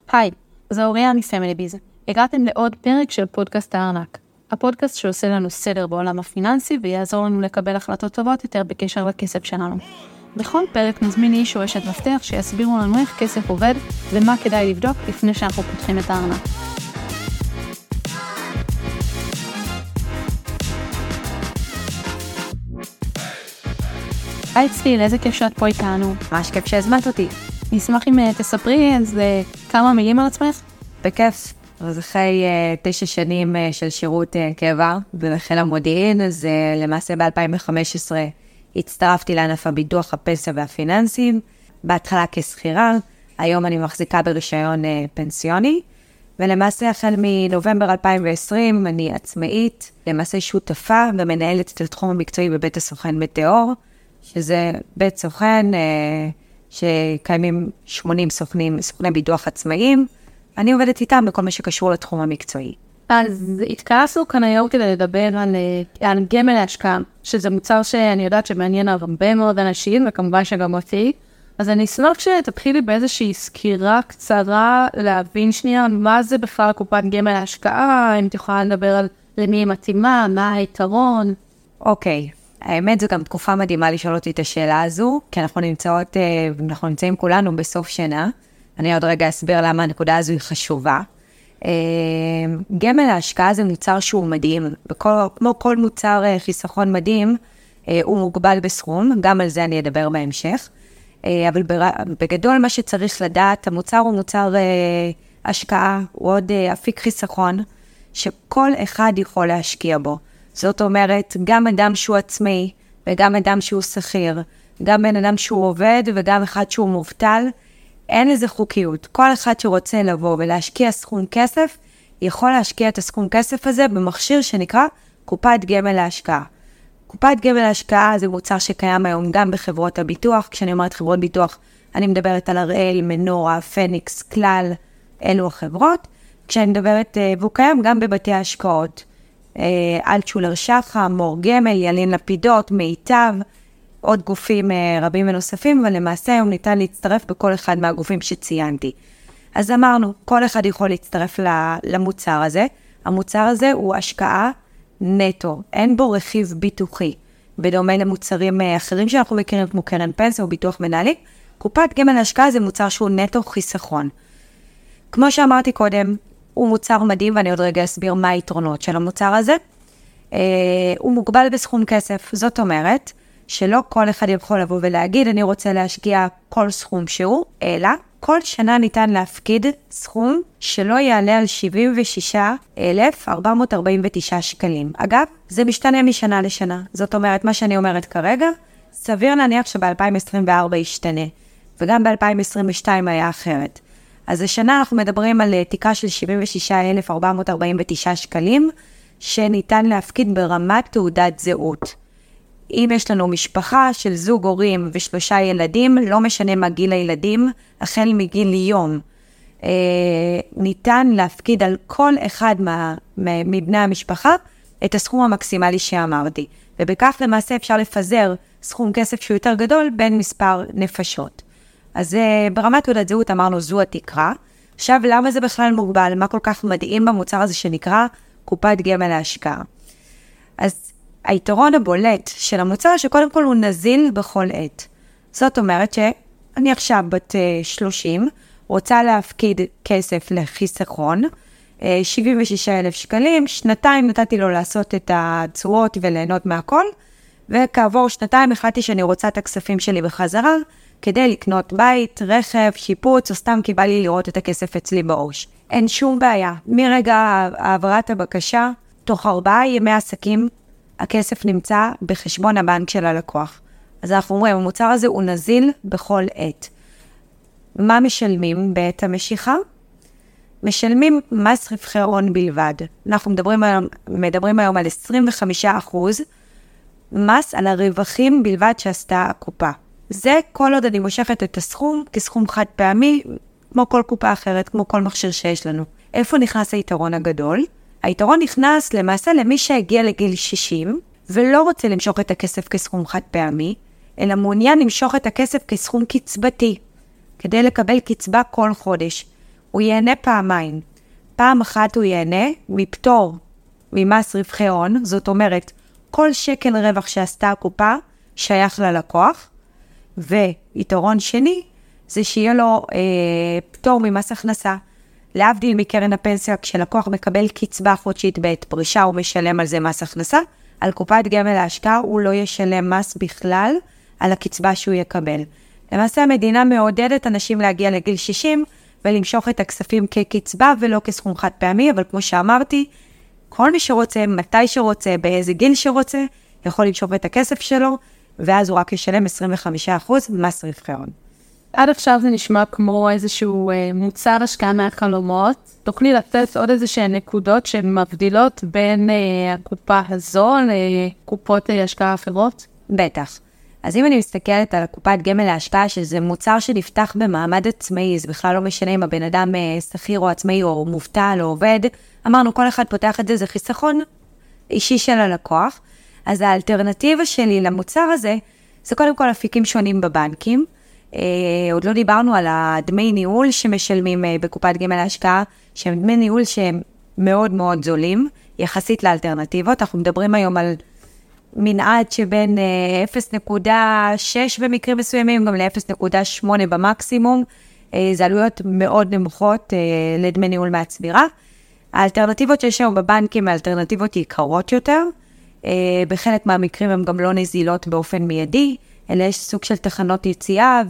היי, זו אוריה מפמילי ביז. הגעתם לעוד פרק של פודקאסט הארנק. הפודקאסט שעושה לנו סדר בעולם הפיננסי ויעזור לנו לקבל החלטות טובות יותר בקשר לכסף שלנו. בכל פרק נזמין איש או אשת מפתח שיסבירו לנו איך כסף עובד ומה כדאי לבדוק לפני שאנחנו פותחים את הארנק. היי צליל, איזה כיף שאת פה איתנו. ממש כיף שהזמנת אותי. נשמח אם תספרי אז כמה מילים על עצמך. בכיף. אז אחרי 9 שנים של שירות קבע בחיל המודיעין, אז למעשה ב-2015 הצטרפתי לענף הביטוח, הפנסיה והפיננסים, בהתחלה כשכירה, היום אני מחזיקה ברישיון פנסיוני, ולמעשה החל מנובמבר 2020 אני עצמאית, למעשה שותפה ומנהלת את התחום המקצועי בבית הסוכן מטאור, שזה בית סוכן שקיימים 80 סוכני ביטוח עצמאיים, אני עובדת איתם בכל מה שקשור לתחום המקצועי. אז התכנסנו כאן היום כדי לדבר על גמל להשקעה, שזה מוצר שאני יודעת שמעניין הרבה מאוד אנשים, וכמובן שגם אותי. אז אני אשמח שתתחילי באיזושהי סקירה קצרה, להבין שנייה מה זה בכלל קופת גמל להשקעה, אם תוכל לדבר על למי היא מתאימה, מה היתרון. אוקיי, האמת זו גם תקופה מדהימה לשאול אותי את השאלה הזו, כי אנחנו נמצאים כולנו בסוף שנה, אני עוד רגע אסביר למה הנקודה הזו היא חשובה. גמל ההשקעה זה מוצר שהוא מדהים, כמו כל מוצר חיסכון מדהים, הוא מוגבל בסכום, גם על זה אני אדבר בהמשך. אבל בגדול מה שצריך לדעת, המוצר הוא מוצר השקעה, הוא עוד אפיק חיסכון, שכל אחד יכול להשקיע בו. זאת אומרת, גם אדם שהוא עצמאי, וגם אדם שהוא שכיר, גם בן אדם שהוא עובד, וגם אחד שהוא מובטל, אין לזה חוקיות. כל אחד שרוצה לבוא ולהשקיע סכום כסף, יכול להשקיע את הסכום כסף הזה במכשיר שנקרא קופת גמל להשקעה. קופת גמל להשקעה זה מוצר שקיים היום גם בחברות הביטוח. כשאני אומרת חברות ביטוח, אני מדברת על הראל, מנורה, פניקס, כלל, אלו החברות. כשאני מדברת, והוא קיים גם בבתי ההשקעות. אלטשולר שחם, מור גמל, ילין לפידות, מיטב, עוד גופים רבים ונוספים, אבל למעשה היום ניתן להצטרף בכל אחד מהגופים שציינתי. אז אמרנו, כל אחד יכול להצטרף למוצר הזה. המוצר הזה הוא השקעה נטו, אין בו רכיב ביטוחי, בדומה למוצרים אחרים שאנחנו מכירים, כמו קרן פנסיה או ביטוח מנהלי. קופת גמל להשקעה זה מוצר שהוא נטו חיסכון. כמו שאמרתי קודם, הוא מוצר מדהים, ואני עוד רגע אסביר מה היתרונות של המוצר הזה. הוא מוגבל בסכום כסף, זאת אומרת, שלא כל אחד יכול לבוא ולהגיד, אני רוצה להשקיע כל סכום שהוא, אלא כל שנה ניתן להפקיד סכום שלא יעלה על 76,449 שקלים. אגב, זה משתנה משנה לשנה. זאת אומרת, מה שאני אומרת כרגע, סביר להניח שב-2024 ישתנה, וגם ב-2022 היה אחרת. אז השנה אנחנו מדברים על תיקה של 76,449 שקלים, שניתן להפקיד ברמת תעודת זהות. אם יש לנו משפחה של זוג הורים ו3 ילדים, לא משנה מה גיל הילדים, החל מגיל יום, ניתן להפקיד על כל אחד מבני המשפחה את הסכום המקסימלי שאמרתי. ובכך למעשה אפשר לפזר סכום כסף שהוא יותר גדול בין מספר נפשות. אז ברמת תעודת זהות אמרנו זו התקרה. עכשיו למה זה בכלל מוגבל? מה כל כך מדהים במוצר הזה שנקרא קופת גמל להשקעה? אז היתרון הבולט של המוצר שקודם כל הוא נזיל בכל עת. זאת אומרת שאני עכשיו בת 30, רוצה להפקיד כסף לחיסכון, 76,000 שקלים, 2 נתתי לו לעשות את הצורות וליהנות מהכל, וכעבור 2 החלטתי שאני רוצה את הכספים שלי בחזרה, כדי לקנות בית, רכב, שיפוץ, או סתם כי בא לי לראות את הכסף אצלי בעו"ש. אין שום בעיה. מרגע העברת הבקשה, תוך 4 ימי עסקים, הכסף נמצא בחשבון הבנק של הלקוח. אז אנחנו אומרים, המוצר הזה הוא נזיל בכל עת. מה משלמים בעת המשיכה? משלמים מס רווחי הון בלבד. אנחנו מדברים היום על 25% מס על הרווחים בלבד שעשתה הקופה. זה כל עוד אני מושכת את הסכום כסכום חד פעמי, כמו כל קופה אחרת, כמו כל מכשיר שיש לנו. איפה נכנס היתרון הגדול? היתרון נכנס למעשה למי שהגיע לגיל 60, ולא רוצה למשוך את הכסף כסכום חד פעמי, אלא מעוניין למשוך את הכסף כסכום קצבתי, כדי לקבל קצבה כל חודש. הוא ייהנה פעמיים. פעם אחת הוא ייהנה מפטור ממס רווחי הון, זאת אומרת, כל שקל רווח שעשתה הקופה שייך ללקוח, ויתרון שני זה שיהיה לו פטור ממס הכנסה. להבדיל מקרן הפנסיה, כשלקוח מקבל קצבה חודשית בעת פרישה, הוא משלם על זה מס הכנסה, על קופת גמל להשקעה הוא לא ישלם מס בכלל על הקצבה שהוא יקבל. למעשה המדינה מעודדת אנשים להגיע לגיל 60 ולמשוך את הכספים כקצבה ולא כסכום חד פעמי, אבל כמו שאמרתי, כל מי שרוצה, מתי שרוצה, באיזה גיל שרוצה, יכול למשוך את הכסף שלו, ואז הוא רק ישלם 25% מס רווחי הון. עד עכשיו זה נשמע כמו איזשהו מוצר השקעה מהחלומות. תוכלי לתת עוד איזשהן נקודות שמבדילות בין הקופה הזו לקופות השקעה אחרות? בטח. אז אם אני מסתכלת על הקופת גמל להשקעה, שזה מוצר שנפתח במעמד עצמאי, זה בכלל לא משנה אם הבן אדם שכיר או עצמאי או מובטל או עובד, אמרנו כל אחד פותח את זה, זה חיסכון אישי של הלקוח. אז האלטרנטיבה שלי למוצר הזה, זה קודם כל אפיקים שונים בבנקים. עוד לא דיברנו על הדמי ניהול שמשלמים בקופת גמל להשקעה, שהם דמי ניהול שהם מאוד מאוד זולים, יחסית לאלטרנטיבות. אנחנו מדברים היום על מנעד שבין 0.6 במקרים מסוימים, גם ל-0.8 במקסימום. זה עלויות מאוד נמוכות לדמי ניהול מהצבירה. האלטרנטיבות שיש היום בבנקים, האלטרנטיבות יקרות יותר. בחלק מהמקרים הם גם לא נזילות באופן מיידי, אלא יש סוג של תחנות יציאה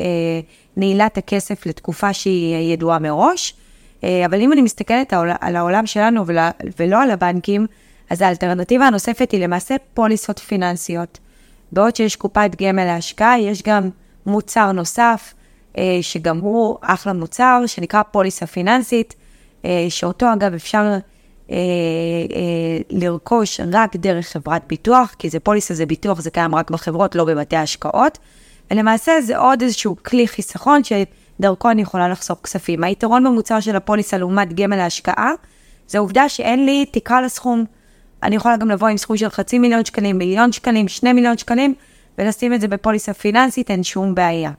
ונעילת הכסף לתקופה שהיא ידועה מראש. אבל אם אני מסתכלת על העולם שלנו ולא על הבנקים, אז האלטרנטיבה הנוספת היא למעשה פוליסות פיננסיות. בעוד שיש קופת גמל להשקעה, יש גם מוצר נוסף, שגם הוא אחלה מוצר, שנקרא פוליסה פיננסית, שאותו אגב אפשר לרכוש רק דרך חברת ביטוח, כי זה פוליסה, זה ביטוח, זה קיים רק בחברות, לא בבתי השקעות. ולמעשה זה עוד איזשהו כלי חיסכון שדרכו אני יכולה לחסוך כספים. היתרון במוצר של הפוליסה לעומת גמל להשקעה, זה העובדה שאין לי תקרה לסכום. אני יכולה גם לבוא עם סכום של 500,000 שקלים, 1,000,000 שקלים, 2,000,000 שקלים, ולשים את זה בפוליסה פיננסית, אין שום בעיה.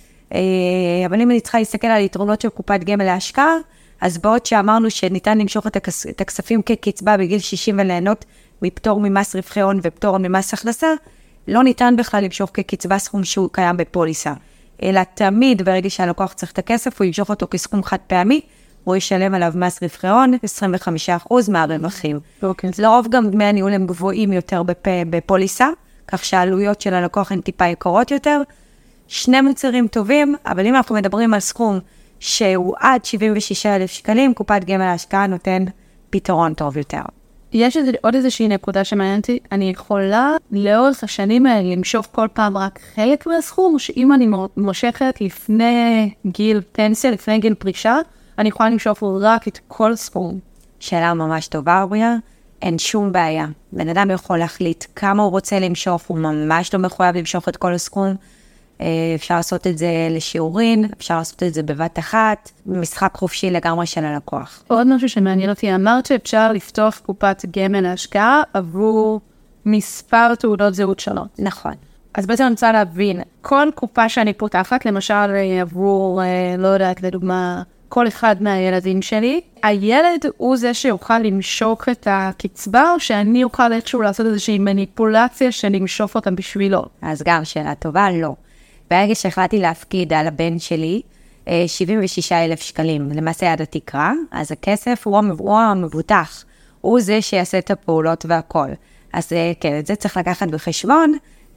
אבל אם אני צריכה להסתכל על יתרונות של קופת גמל להשקעה, אז בעוד שאמרנו שניתן למשוך את הכספים כקצבה בגיל 60 וליהנות מפטור ממס רווחי הון ופטור ממס הכנסה, לא ניתן בכלל למשוך כקצבה סכום שהוא קיים בפוליסה. אלא תמיד ברגע שהלקוח צריך את הכסף, הוא ימשוך אותו כסכום חד פעמי, הוא ישלם עליו מס רווחי הון, 25% מהרווחים. לרוב גם דמי הניהול הם גבוהים יותר בפוליסה, כך שהעלויות של הלקוח הן טיפה יקרות יותר. שני מוצרים טובים, אבל אם אנחנו מדברים על סכום שהוא עד 76,000 שקלים, קופת גמל להשקעה נותן פתרון טוב יותר. יש עוד איזושהי נקודה שמעניינתי, אני יכולה לאורך השנים האלה למשוך כל פעם רק חלק מהסכום, או שאם אני מושכת לפני גיל פנסיה, לפני גיל פרישה, אני יכולה למשוך רק את כל סכום. שאלה ממש טובה, אוריה. אין שום בעיה. בן אדם יכול להחליט כמה הוא רוצה למשוך, הוא ממש לא מחויב למשוך את כל הסכום. אפשר לעשות את זה לשיעורין, אפשר לעשות את זה בבת אחת, משחק חופשי לגמרי של הלקוח. עוד משהו שמעניין אותי, אמרת שאפשר לפתוח קופת גמל להשקעה עבור מספר תעודות זהות שונות. נכון. אז בעצם אני רוצה להבין, כל קופה שאני פותחת, למשל עבור, לא יודעת, לדוגמה, כל אחד מהילדים שלי, הילד הוא זה שיוכל למשוך את הקצבה, או שאני אוכל איכשהו לעשות איזושהי מניפולציה שנמשוך אותם בשבילו? אז גם שאלה טובה, לא. ברגע שהחלטתי להפקיד על הבן שלי 76,000 שקלים, למעשה עד התקרה, אז הכסף הוא המבוטח, הוא זה שיעשה את הפעולות והכל. אז כן, את זה צריך לקחת בחשבון,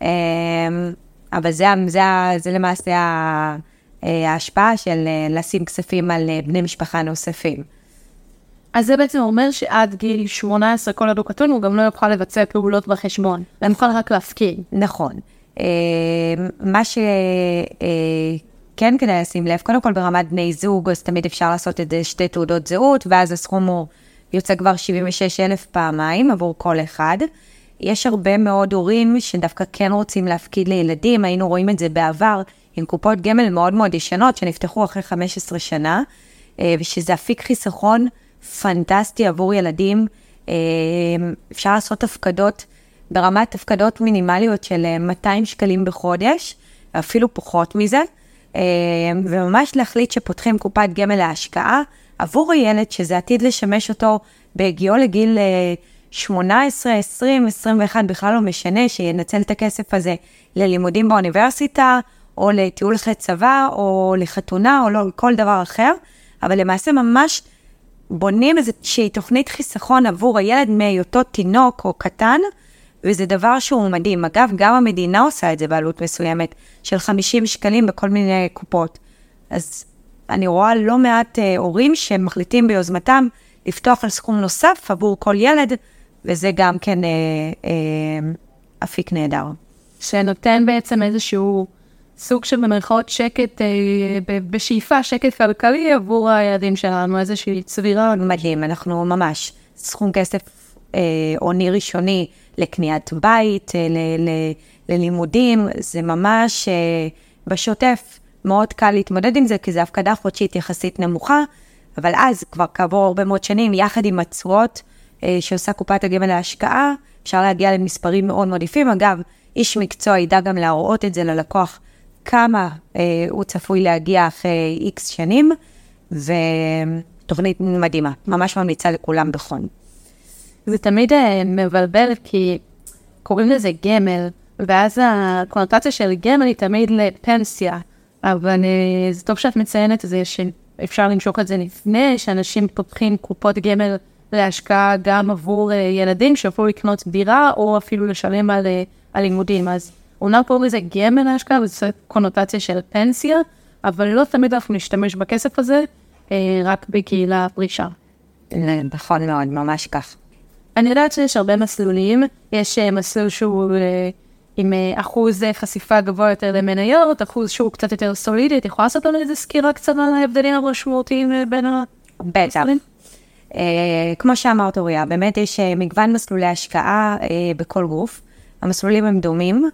אבל זה למעשה ההשפעה של לשים כספים על בני משפחה נוספים. אז זה בעצם אומר שעד גיל 18 כל הדוקטון הוא גם לא יוכל לבצע פעולות בחשבון, אני יכול רק להפקיד. נכון. מה שכן כדאי לשים לב, קודם כל ברמת בני זוג, אז תמיד אפשר לעשות את זה שתי תעודות זהות, ואז הסכום הוא יוצא כבר 76,000 פעמיים עבור כל אחד. יש הרבה מאוד הורים שדווקא כן רוצים להפקיד לילדים, היינו רואים את זה בעבר, עם קופות גמל מאוד מאוד ישנות, שנפתחו אחרי 15 שנה, ושזה אפיק חיסכון פנטסטי עבור ילדים. אפשר לעשות הפקדות, ברמת הפקדות מינימליות של 200 שקלים בחודש, אפילו פחות מזה, וממש להחליט שפותחים קופת גמל להשקעה עבור הילד, שזה עתיד לשמש אותו בהגיעו לגיל 18, 20, 21, בכלל לא משנה, שינצל את הכסף הזה ללימודים באוניברסיטה, או לטיול אחרי צבא, או לחתונה, או לא, כל דבר אחר, אבל למעשה ממש בונים איזושהי תוכנית חיסכון עבור הילד מהיותו תינוק או קטן, וזה דבר שהוא מדהים. אגב, גם המדינה עושה את זה בעלות מסוימת, של 50 שקלים בכל מיני קופות. אז אני רואה לא מעט הורים שמחליטים ביוזמתם לפתוח על סכום נוסף עבור כל ילד, וזה גם כן אפיק נהדר. שנותן בעצם איזשהו סוג של במרכאות שקט, בשאיפה שקט כלכלי עבור הילדים שלנו, איזושהי צבירה. מדהים, אנחנו ממש סכום כסף עוני ראשוני לקניית בית, ללימודים, זה ממש בשוטף מאוד קל להתמודד עם זה, כי זה הפקדה חודשית יחסית נמוכה, אבל אז כבר כעבור הרבה מאוד שנים, יחד עם התשואות שעושה קופת הגמל להשקעה, אפשר להגיע למספרים מאוד מאוד יפים. אגב, איש מקצוע ידע גם להראות את זה ללקוח, כמה הוא צפוי להגיע אחרי איקס שנים, ותוכנית מדהימה, ממש ממליצה לכולם בחון. זה תמיד מבלבל, כי קוראים לזה גמל, ואז הקונוטציה של גמל היא תמיד לפנסיה, אבל זה טוב שאת מציינת את זה, שאפשר למשוך את זה לפני, שאנשים פותחים קופות גמל להשקעה גם עבור ילדים, שאפילו לקנות דירה, או אפילו לשלם על לימודים. אז אומנם קוראים לזה גמל להשקעה, וזו קונוטציה של פנסיה, אבל לא תמיד אנחנו נשתמש בכסף הזה, רק בגיל הפרישה. נכון מאוד, ממש כך. אני יודעת שיש הרבה מסלולים, יש מסלול שהוא עם אחוז חשיפה גבוה יותר למניות, אחוז שהוא קצת יותר סולידי, את יכולה לעשות לנו איזה סקירה קצת על ההבדלים המשמעותיים בין המסלולים? כמו שאמרת אוריה, באמת יש מגוון מסלולי השקעה בכל גוף, המסלולים הם דומים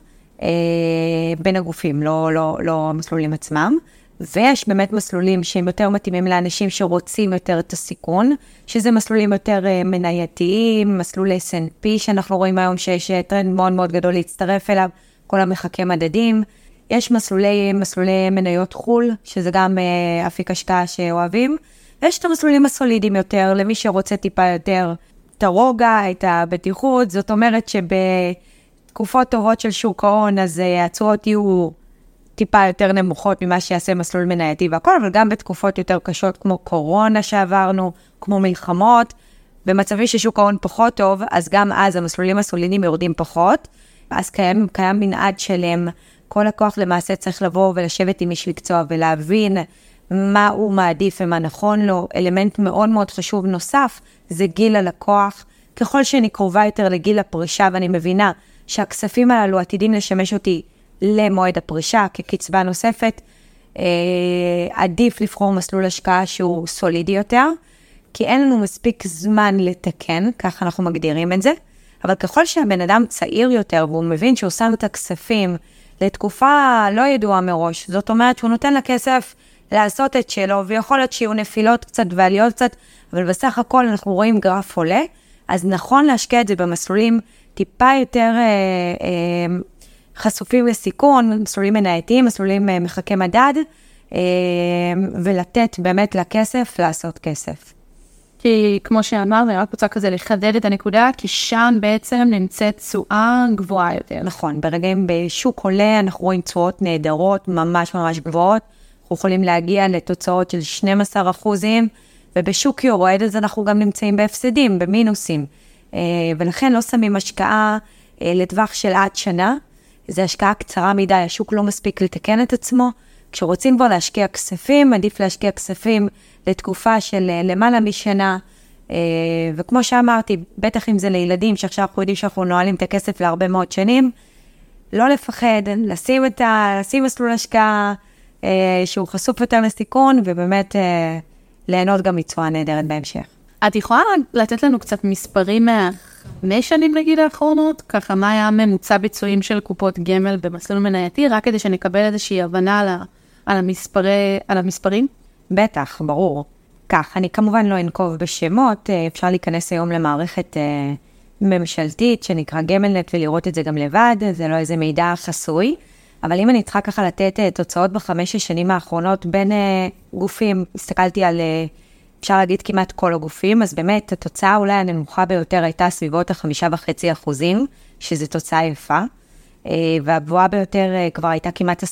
בין הגופים, לא המסלולים עצמם, ויש באמת מסלולים שהם יותר מתאימים לאנשים שרוצים יותר את הסיכון, שזה מסלולים יותר מנייתיים, מסלול S&P שאנחנו רואים היום שיש טרנד מאוד מאוד גדול להצטרף אליו, כל המחקי מדדים. יש מסלולי מניות חול, שזה גם אפיק השקעה שאוהבים. יש את המסלולים הסולידיים יותר, למי שרוצה טיפה יותר את הרוגע, את הבטיחות. זאת אומרת שבתקופות טובות של שוק ההון, אז התשואות יהיו טיפה יותר נמוכות ממה שיעשה מסלול מנייתי והכל, אבל גם בתקופות יותר קשות כמו קורונה שעברנו, כמו מלחמות, במצבים ששוק ההון פחות טוב, אז גם אז המסלולים הסולידיים יורדים פחות, אז קיים מנעד שלם, כל לקוח למעשה צריך לבוא ולשבת עם איש מקצוע ולהבין מה הוא מעדיף ומה נכון לו. אלמנט מאוד מאוד חשוב נוסף, זה גיל הלקוח. ככל שאני קרובה יותר לגיל הפרישה, ואני מבינה שהכספים הללו עתידים לשמש אותי למועד הפרישה כקצבה נוספת, עדיף לבחור מסלול השקעה שהוא סולידי יותר, כי אין לנו מספיק זמן לתקן, כך אנחנו מגדירים את זה, אבל ככל שהבן אדם צעיר יותר, והוא מבין שהוא שם את הכספים לתקופה לא ידועה מראש, זאת אומרת שהוא נותן לכסף לעשות את שלו, ויכול להיות שיהיו נפילות קצת ועליות קצת, אבל בסך הכל אנחנו רואים גרף עולה, אז נכון להשקיע את זה במסלולים טיפה יותר חשופים לסיכון, מסלולים מנייתיים, מסלולים מחכי מדד, ולתת באמת לכסף לעשות כסף. כי כמו שאמר, אני רק רוצה כזה לחדד את הנקודה, כי שם בעצם נמצאת תשואה גבוהה יותר. נכון, ברגעים בשוק עולה אנחנו רואים תשואות נהדרות, ממש ממש גבוהות, אנחנו יכולים להגיע לתוצאות של 12%, ובשוק יורד אז אנחנו גם נמצאים בהפסדים, במינוסים, ולכן לא שמים השקעה לטווח של עד שנה, זו השקעה קצרה מדי, השוק לא מספיק לתקן את עצמו, כשרוצים בו להשקיע כספים, עדיף להשקיע כספים לתקופה של למעלה משנה, וכמו שאמרתי, בטח אם זה לילדים שעכשיו אנחנו יודעים שאנחנו נועלים את הכסף להרבה מאוד שנים, לא לפחד, לשים מסלול השקעה שהוא חשוף יותר לסיכון, ובאמת ליהנות גם מתשואה נהדרת בהמשך. את יכולה לתת לנו קצת מספרים מה5 שנים נגיד האחרונות? ככה מה היה ממוצע ביצועים של קופות גמל במסלול מנייתי, רק כדי שנקבל איזושהי הבנה על המספרים? בטח, ברור. כך, אני כמובן לא אנקוב בשמות, אפשר להיכנס היום למערכת ממשלתית שנקרא גמלנט ולראות את זה גם לבד, זה לא איזה מידע חסוי, אבל אם אני צריכה ככה לתת תוצאות ב5 השנים האחרונות בין גופים, הסתכלתי על, אפשר להגיד כמעט כל הגופים, אז באמת התוצאה אולי הנמוכה ביותר הייתה סביבות 5.5%, שזה תוצאה יפה, והגבוהה ביותר כבר הייתה כמעט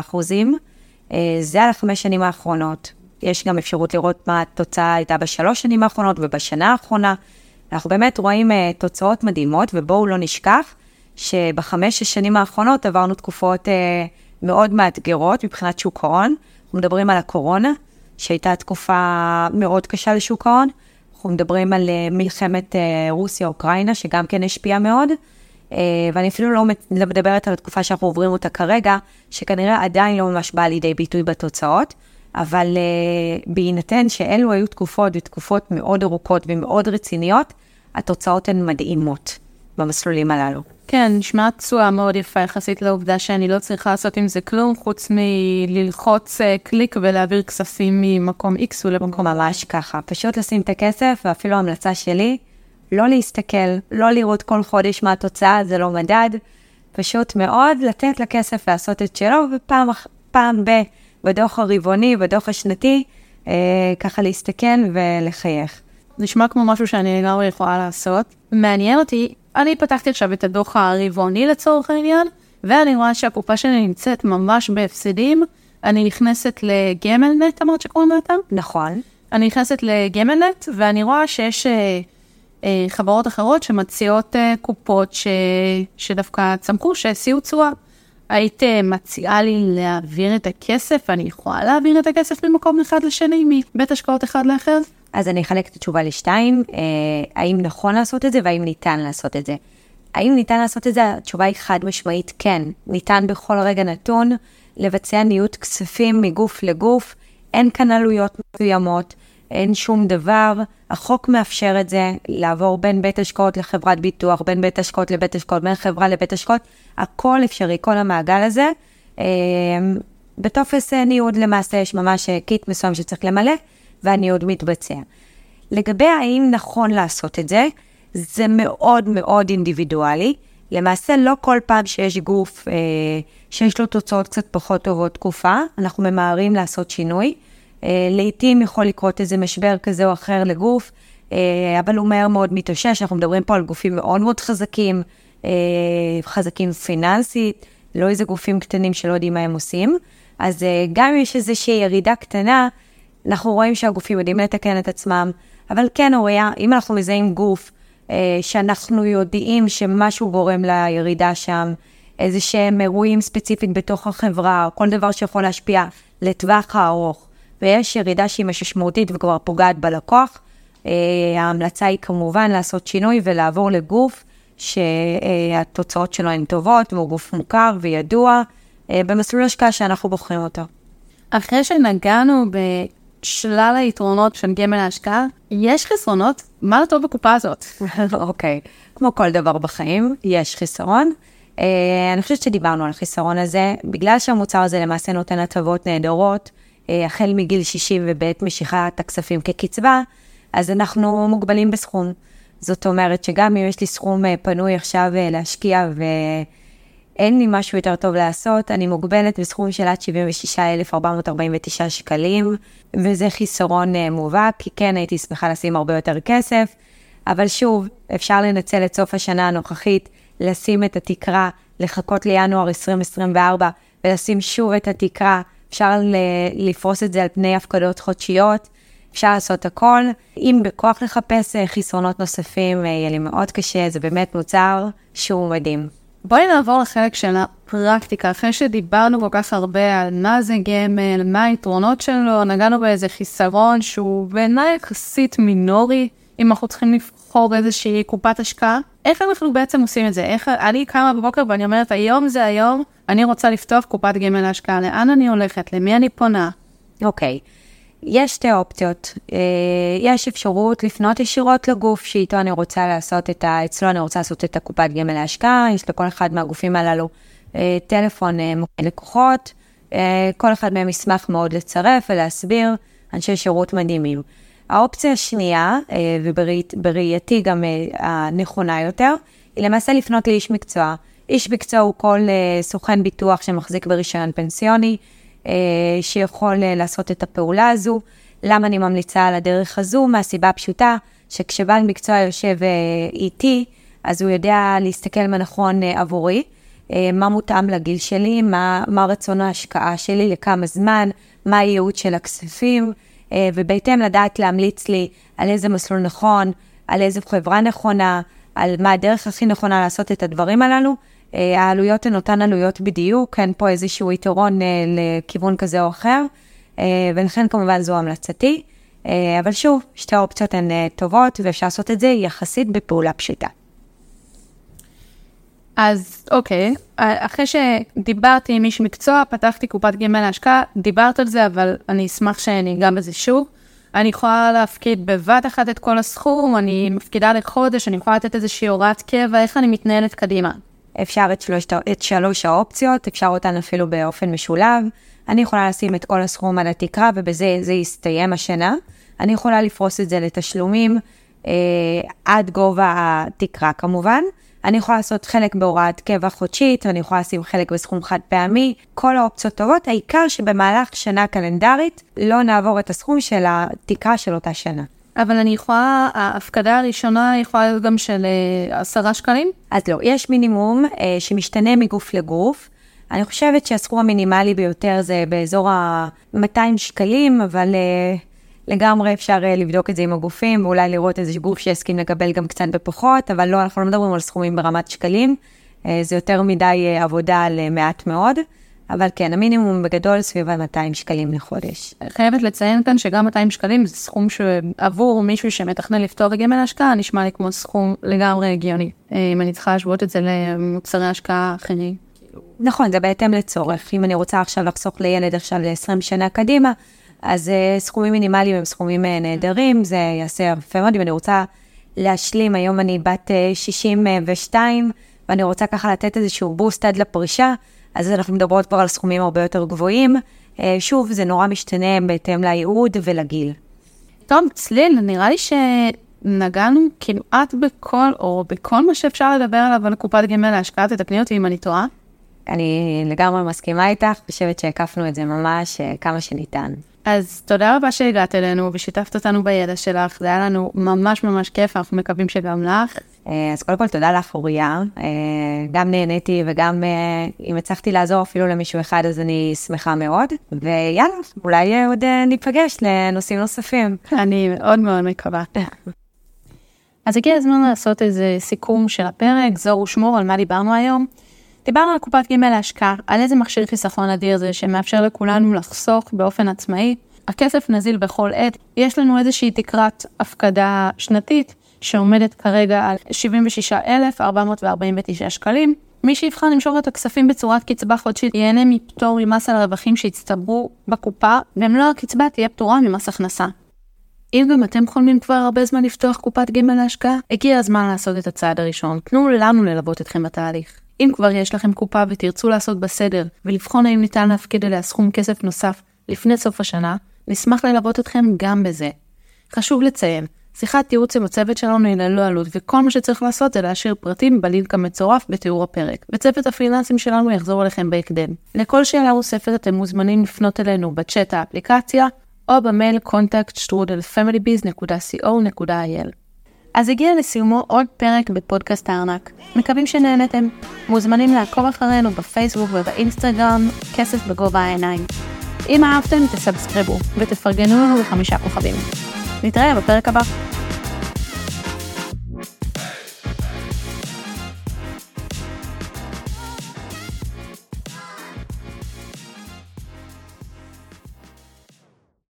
10%. זה על 5 שנים האחרונות. יש גם אפשרות לראות מה התוצאה הייתה ב3 שנים האחרונות ובשנה האחרונה. אנחנו באמת רואים תוצאות מדהימות, ובואו לא נשכח שב5 השנים האחרונות עברנו תקופות מאוד מאתגרות מבחינת שוק ההון. אנחנו מדברים על הקורונה, שהייתה תקופה מאוד קשה לשוק ההון. אנחנו מדברים על מלחמת רוסיה-אוקראינה, שגם כן השפיעה מאוד. ואני אפילו לא מדברת על התקופה שאנחנו עוברים אותה כרגע, שכנראה עדיין לא ממש באה לידי ביטוי בתוצאות. אבל בהינתן שאלו היו תקופות ותקופות מאוד ארוכות ומאוד רציניות, התוצאות הן מדהימות במסלולים הללו. כן, נשמע תשואה מאוד יפה יחסית לעובדה שאני לא צריכה לעשות עם זה כלום, חוץ מללחוץ קליק ולהעביר כספים ממקום X ולמקום. ממש ככה, פשוט לשים את הכסף, ואפילו המלצה שלי, לא להסתכל, לא לראות כל חודש מה התוצאה, זה לא מדד, פשוט מאוד לתת לכסף לעשות את שלו, ופעם בדוח הרבעוני, בדוח השנתי, ככה להסתכל ולחייך. נשמע כמו משהו שאני לא יכולה לעשות. מעניין אותי, אני פתחתי עכשיו את הדוח הרבעוני לצורך העניין, ואני רואה שהקופה שלי נמצאת ממש בהפסדים. אני נכנסת לגמלנט, אמרת שקוראים לאתם? נכון. אני נכנסת לגמלנט, ואני רואה שיש חברות אחרות שמציעות קופות שדווקא צמחו, שהסיעו תשואה. היית מציעה לי להעביר את הכסף, אני יכולה להעביר את הכסף ממקום אחד לשני, מבית השקעות אחד לאחר? אז אני אחלק את התשובה לשתיים, האם נכון לעשות את זה והאם ניתן לעשות את זה. האם ניתן לעשות את זה? התשובה היא חד משמעית כן. ניתן בכל רגע נתון לבצע ניוד כספים מגוף לגוף, אין כאן עלויות מסוימות, אין שום דבר, החוק מאפשר את זה, לעבור בין בית השקעות לחברת ביטוח, בין בית השקעות לבית השקעות, בין חברה לבית השקעות, הכל אפשרי, כל המעגל הזה. בטופס ניוד למעשה יש ממש קיט מסוים שצריך למלא, והניוד מתבצע. לגבי האם נכון לעשות את זה, זה מאוד מאוד אינדיבידואלי. למעשה לא כל פעם שיש גוף שיש לו תוצאות קצת פחות טובות תקופה, אנחנו ממהרים לעשות שינוי. לעתים יכול לקרות איזה משבר כזה או אחר לגוף, אבל הוא מהר מאוד מתאושש. אנחנו מדברים פה על גופים מאוד מאוד חזקים, חזקים פיננסית, לא איזה גופים קטנים שלא יודעים מה הם עושים. אז גם אם יש איזושהי ירידה קטנה, אנחנו רואים שהגופים יודעים לתקן את עצמם, אבל כן, אוריה, אם אנחנו מזהים גוף שאנחנו יודעים שמשהו גורם לירידה שם, איזה שהם אירועים ספציפית בתוך החברה, או כל דבר שיכול להשפיע לטווח הארוך, ויש ירידה שהיא משמעותית וכבר פוגעת בלקוח, ההמלצה היא כמובן לעשות שינוי ולעבור לגוף שהתוצאות שלו הן טובות, והוא גוף מוכר וידוע, במסלול השקעה שאנחנו בוחרים אותו. אחרי שנגענו בשלל היתרונות של גמל ההשקעה, יש חסרונות? מה לא טוב בקופה הזאת? אוקיי, כמו כל דבר בחיים, יש חיסרון. אני חושבת שדיברנו על החיסרון הזה, בגלל שהמוצר הזה למעשה נותן הטבות נהדרות, החל מגיל 60 ובעת משיכת הכספים כקצבה, אז אנחנו מוגבלים בסכום. זאת אומרת שגם אם יש לי סכום פנוי עכשיו להשקיע ואין לי משהו יותר טוב לעשות, אני מוגבלת בסכום של עד 76,449 שקלים, וזה חיסרון מובהק, כי כן הייתי שמחה לשים הרבה יותר כסף, אבל שוב, אפשר לנצל את סוף השנה הנוכחית, לשים את התקרה, לחכות לינואר 2024, ולשים שוב את התקרה, אפשר לפרוס את זה על פני הפקדות חודשיות, אפשר לעשות הכל. אם בכוח לחפש חסרונות נוספים, יהיה לי מאוד קשה, זה באמת מוצר שהוא מדהים. בואי נעבור לחלק של הפרקטיקה, אחרי שדיברנו כל כך הרבה על מה זה גמל, מה היתרונות שלו, נגענו באיזה חיסרון שהוא בעיניי יחסית מינורי, אם אנחנו צריכים לבחור באיזושהי קופת השקעה. איך אנחנו בעצם עושים את זה? אני קמה בבוקר ואני אומרת, היום זה היום, אני רוצה לפתוח קופת גמל להשקעה, לאן אני הולכת, למי אני פונה? אוקיי. יש שתי אופציות. יש אפשרות לפנות ישירות לגוף שאיתו אני רוצה לעשות אצלו אני רוצה לעשות את הקופת גמל להשקעה, יש לכל אחד מהגופים הללו טלפון מוקד לקוחות, כל אחד מהם ישמח מאוד לצרף ולהסביר, אנשי שירות מדהימים. האופציה השנייה, ובראייתי גם הנכונה יותר, היא למעשה לפנות לאיש מקצוע, איש מקצוע הוא כל סוכן ביטוח שמחזיק ברישיון פנסיוני, שיכול לעשות את הפעולה הזו. למה אני ממליצה על הדרך הזו? מהסיבה הפשוטה, שכשבעל מקצוע יושב איתי, אז הוא יודע להסתכל מה נכון עבורי, מה מותאם לגיל שלי, מה רצון ההשקעה שלי, לכמה זמן, מה הייעוד של הכספים, ובהתאם לדעת להמליץ לי על איזה מסלול נכון, על איזה חברה נכונה, על מה הדרך הכי נכונה לעשות את הדברים הללו. העלויות הן אותן עלויות בדיוק, אין פה איזשהו יתרון לכיוון כזה או אחר, ולכן כמובן זו המלצתי. אבל שוב, שתי האופציות הן טובות, ואפשר לעשות את זה יחסית בפעולה פשוטה. אז אוקיי, אחרי שדיברתי עם איש מקצוע, פתחתי קופת גמל להשקעה, דיברת על זה, אבל אני אשמח שניגע בזה שוב. אני יכולה להפקיד בבת אחת את כל הסכום, אני מפקידה לחודש, אני יכולה לתת איזושהי הוראת קבע, איך אני מתנהלת קדימה? אפשר את שלוש האופציות, אפשר אותן אפילו באופן משולב. אני יכולה לשים את כל הסכום על התקרה, ובזה זה יסתיים השנה. אני יכולה לפרוס את זה לתשלומים עד גובה התקרה כמובן. אני יכולה לעשות חלק בהוראת קבע חודשית, אני יכולה לשים חלק בסכום חד פעמי. כל האופציות טובות, העיקר שבמהלך שנה קלנדרית לא נעבור את הסכום של התקרה של אותה שנה. אבל אני יכולה, ההפקדה הראשונה יכולה להיות גם של 10 שקלים? אז לא, יש מינימום שמשתנה מגוף לגוף. אני חושבת שהסכום המינימלי ביותר זה באזור ה-200 שקלים, אבל לגמרי אפשר לבדוק את זה עם הגופים, ואולי לראות איזה גוף שיסכים לקבל גם קצת בפחות, אבל לא, אנחנו לא מדברים על סכומים ברמת שקלים, זה יותר מדי עבודה למעט מאוד, אבל כן, המינימום בגדול סביב 200 שקלים לחודש. חייבת לציין כאן שגם 200 שקלים זה סכום שעבור מישהו שמתכנן לפתור גמל השקעה, נשמע לי כמו סכום לגמרי הגיוני. אם אני צריכה להשוות את זה למוצרי השקעה אחרים. נכון, זה בהתאם לצורך. אם אני רוצה עכשיו לחסוך לילד עכשיו ל-20 שנה קדימה, אז סכומים מינימליים הם סכומים נהדרים, זה יעשה יפה מאוד. אם אני רוצה להשלים, היום אני בת 62, ואני רוצה ככה לתת איזשהו בוסט עד לפרישה, אז אנחנו מדברות כבר על סכומים הרבה יותר גבוהים. שוב, זה נורא משתנה בהתאם לייעוד ולגיל. טוב, צליל, נראה לי שנגענו כמעט בכל מה שאפשר לדבר עליו על קופת גמל להשקעה, תתקני אותי אם אני טועה. אני לגמרי מסכימה איתך, חושבת שהקפנו את זה ממש כמה שניתן. אז תודה רבה שהגעת אלינו ושיתפת אותנו בידע שלך, זה היה לנו ממש ממש כיף, אנחנו מקווים שגם לך. אז קודם כל תודה לך אוריה, גם נהניתי וגם אם הצלחתי לעזור אפילו למישהו אחד אז אני שמחה מאוד, ויאללה, אולי עוד ניפגש לנושאים נוספים. אני מאוד מאוד מקווה. אז הגיע הזמן לעשות איזה סיכום של הפרק, זור ושמור על מה דיברנו היום. דיברנו על קופת גמל להשקעה, על איזה מכשיר חיסכון אדיר זה שמאפשר לכולנו לחסוך באופן עצמאי. הכסף נזיל בכל עת. יש לנו איזושהי תקרת הפקדה שנתית שעומדת כרגע על 76,449 שקלים. מי שיבחר למשוך את הכספים בצורת קצבה חודשית ייהנה מפטור ממס על רווחים שהצטברו בקופה, ומלוא הקצבה תהיה פטורה ממס הכנסה. אם גם אתם חולמים כבר הרבה זמן לפתוח קופת גמל להשקעה, הגיע הזמן לעשות את הצעד הראשון. תנו לנו ללוות אתכם בתהליך. אם כבר יש לכם קופה ותרצו לעשות בסדר ולבחון האם ניתן להפקיד עליה סכום כסף נוסף לפני סוף השנה, נשמח ללוות אתכם גם בזה. חשוב לציין, שיחת ייעוץ עם הצוות שלנו היא ללא עלות, וכל מה שצריך לעשות זה להשאיר פרטים בלינק המצורף בתיאור הפרק. וצוות הפרילנסים שלנו יחזור אליכם בהקדם. לכל שאלה נוספת אתם מוזמנים לפנות אלינו בצ'אט האפליקציה, או במייל contact@familybiz.co.il. אז הגיע לסיומו עוד פרק בפודקאסט הארנק. מקווים שנהנתם. מוזמנים לעקוב אחרינו בפייסבוק ובאינסטגרם, כסף בגובה העיניים. אם אהבתם, תסאבסקריבו ותפרגנו לנו ב5 כוכבים. נתראה בפרק הבא.